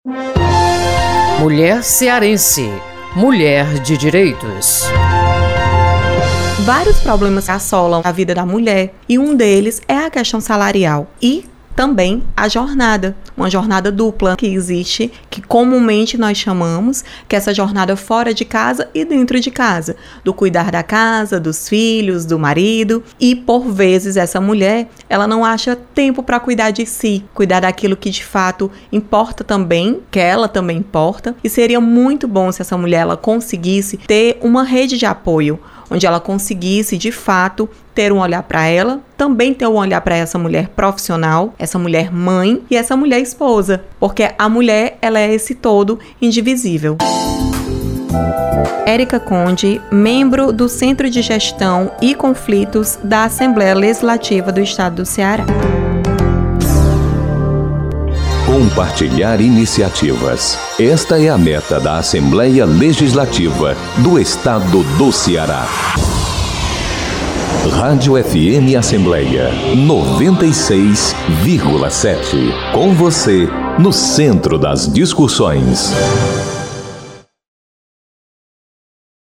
Mulher cearense, mulher de direitos. Vários problemas assolam a vida da mulher e um deles é a questão salarial e também a jornada, uma jornada dupla que existe, que comumente nós chamamos, que é essa jornada fora de casa e dentro de casa, do cuidar da casa, dos filhos, do marido, e por vezes essa mulher, ela não acha tempo para cuidar de si, cuidar daquilo que de fato importa também, que ela também importa, e seria muito bom se essa mulher ela conseguisse ter uma rede de apoio, onde ela conseguisse, de fato, ter um olhar para ela, também ter um olhar para essa mulher profissional, essa mulher mãe e essa mulher esposa, porque a mulher, ela é esse todo indivisível. Érica Conde, membro do Centro de Gestão e Conflitos da Assembleia Legislativa do Estado do Ceará. Compartilhar iniciativas. Esta é a meta da Assembleia Legislativa do Estado do Ceará. Rádio FM Assembleia 96,7. Com você, no centro das discussões.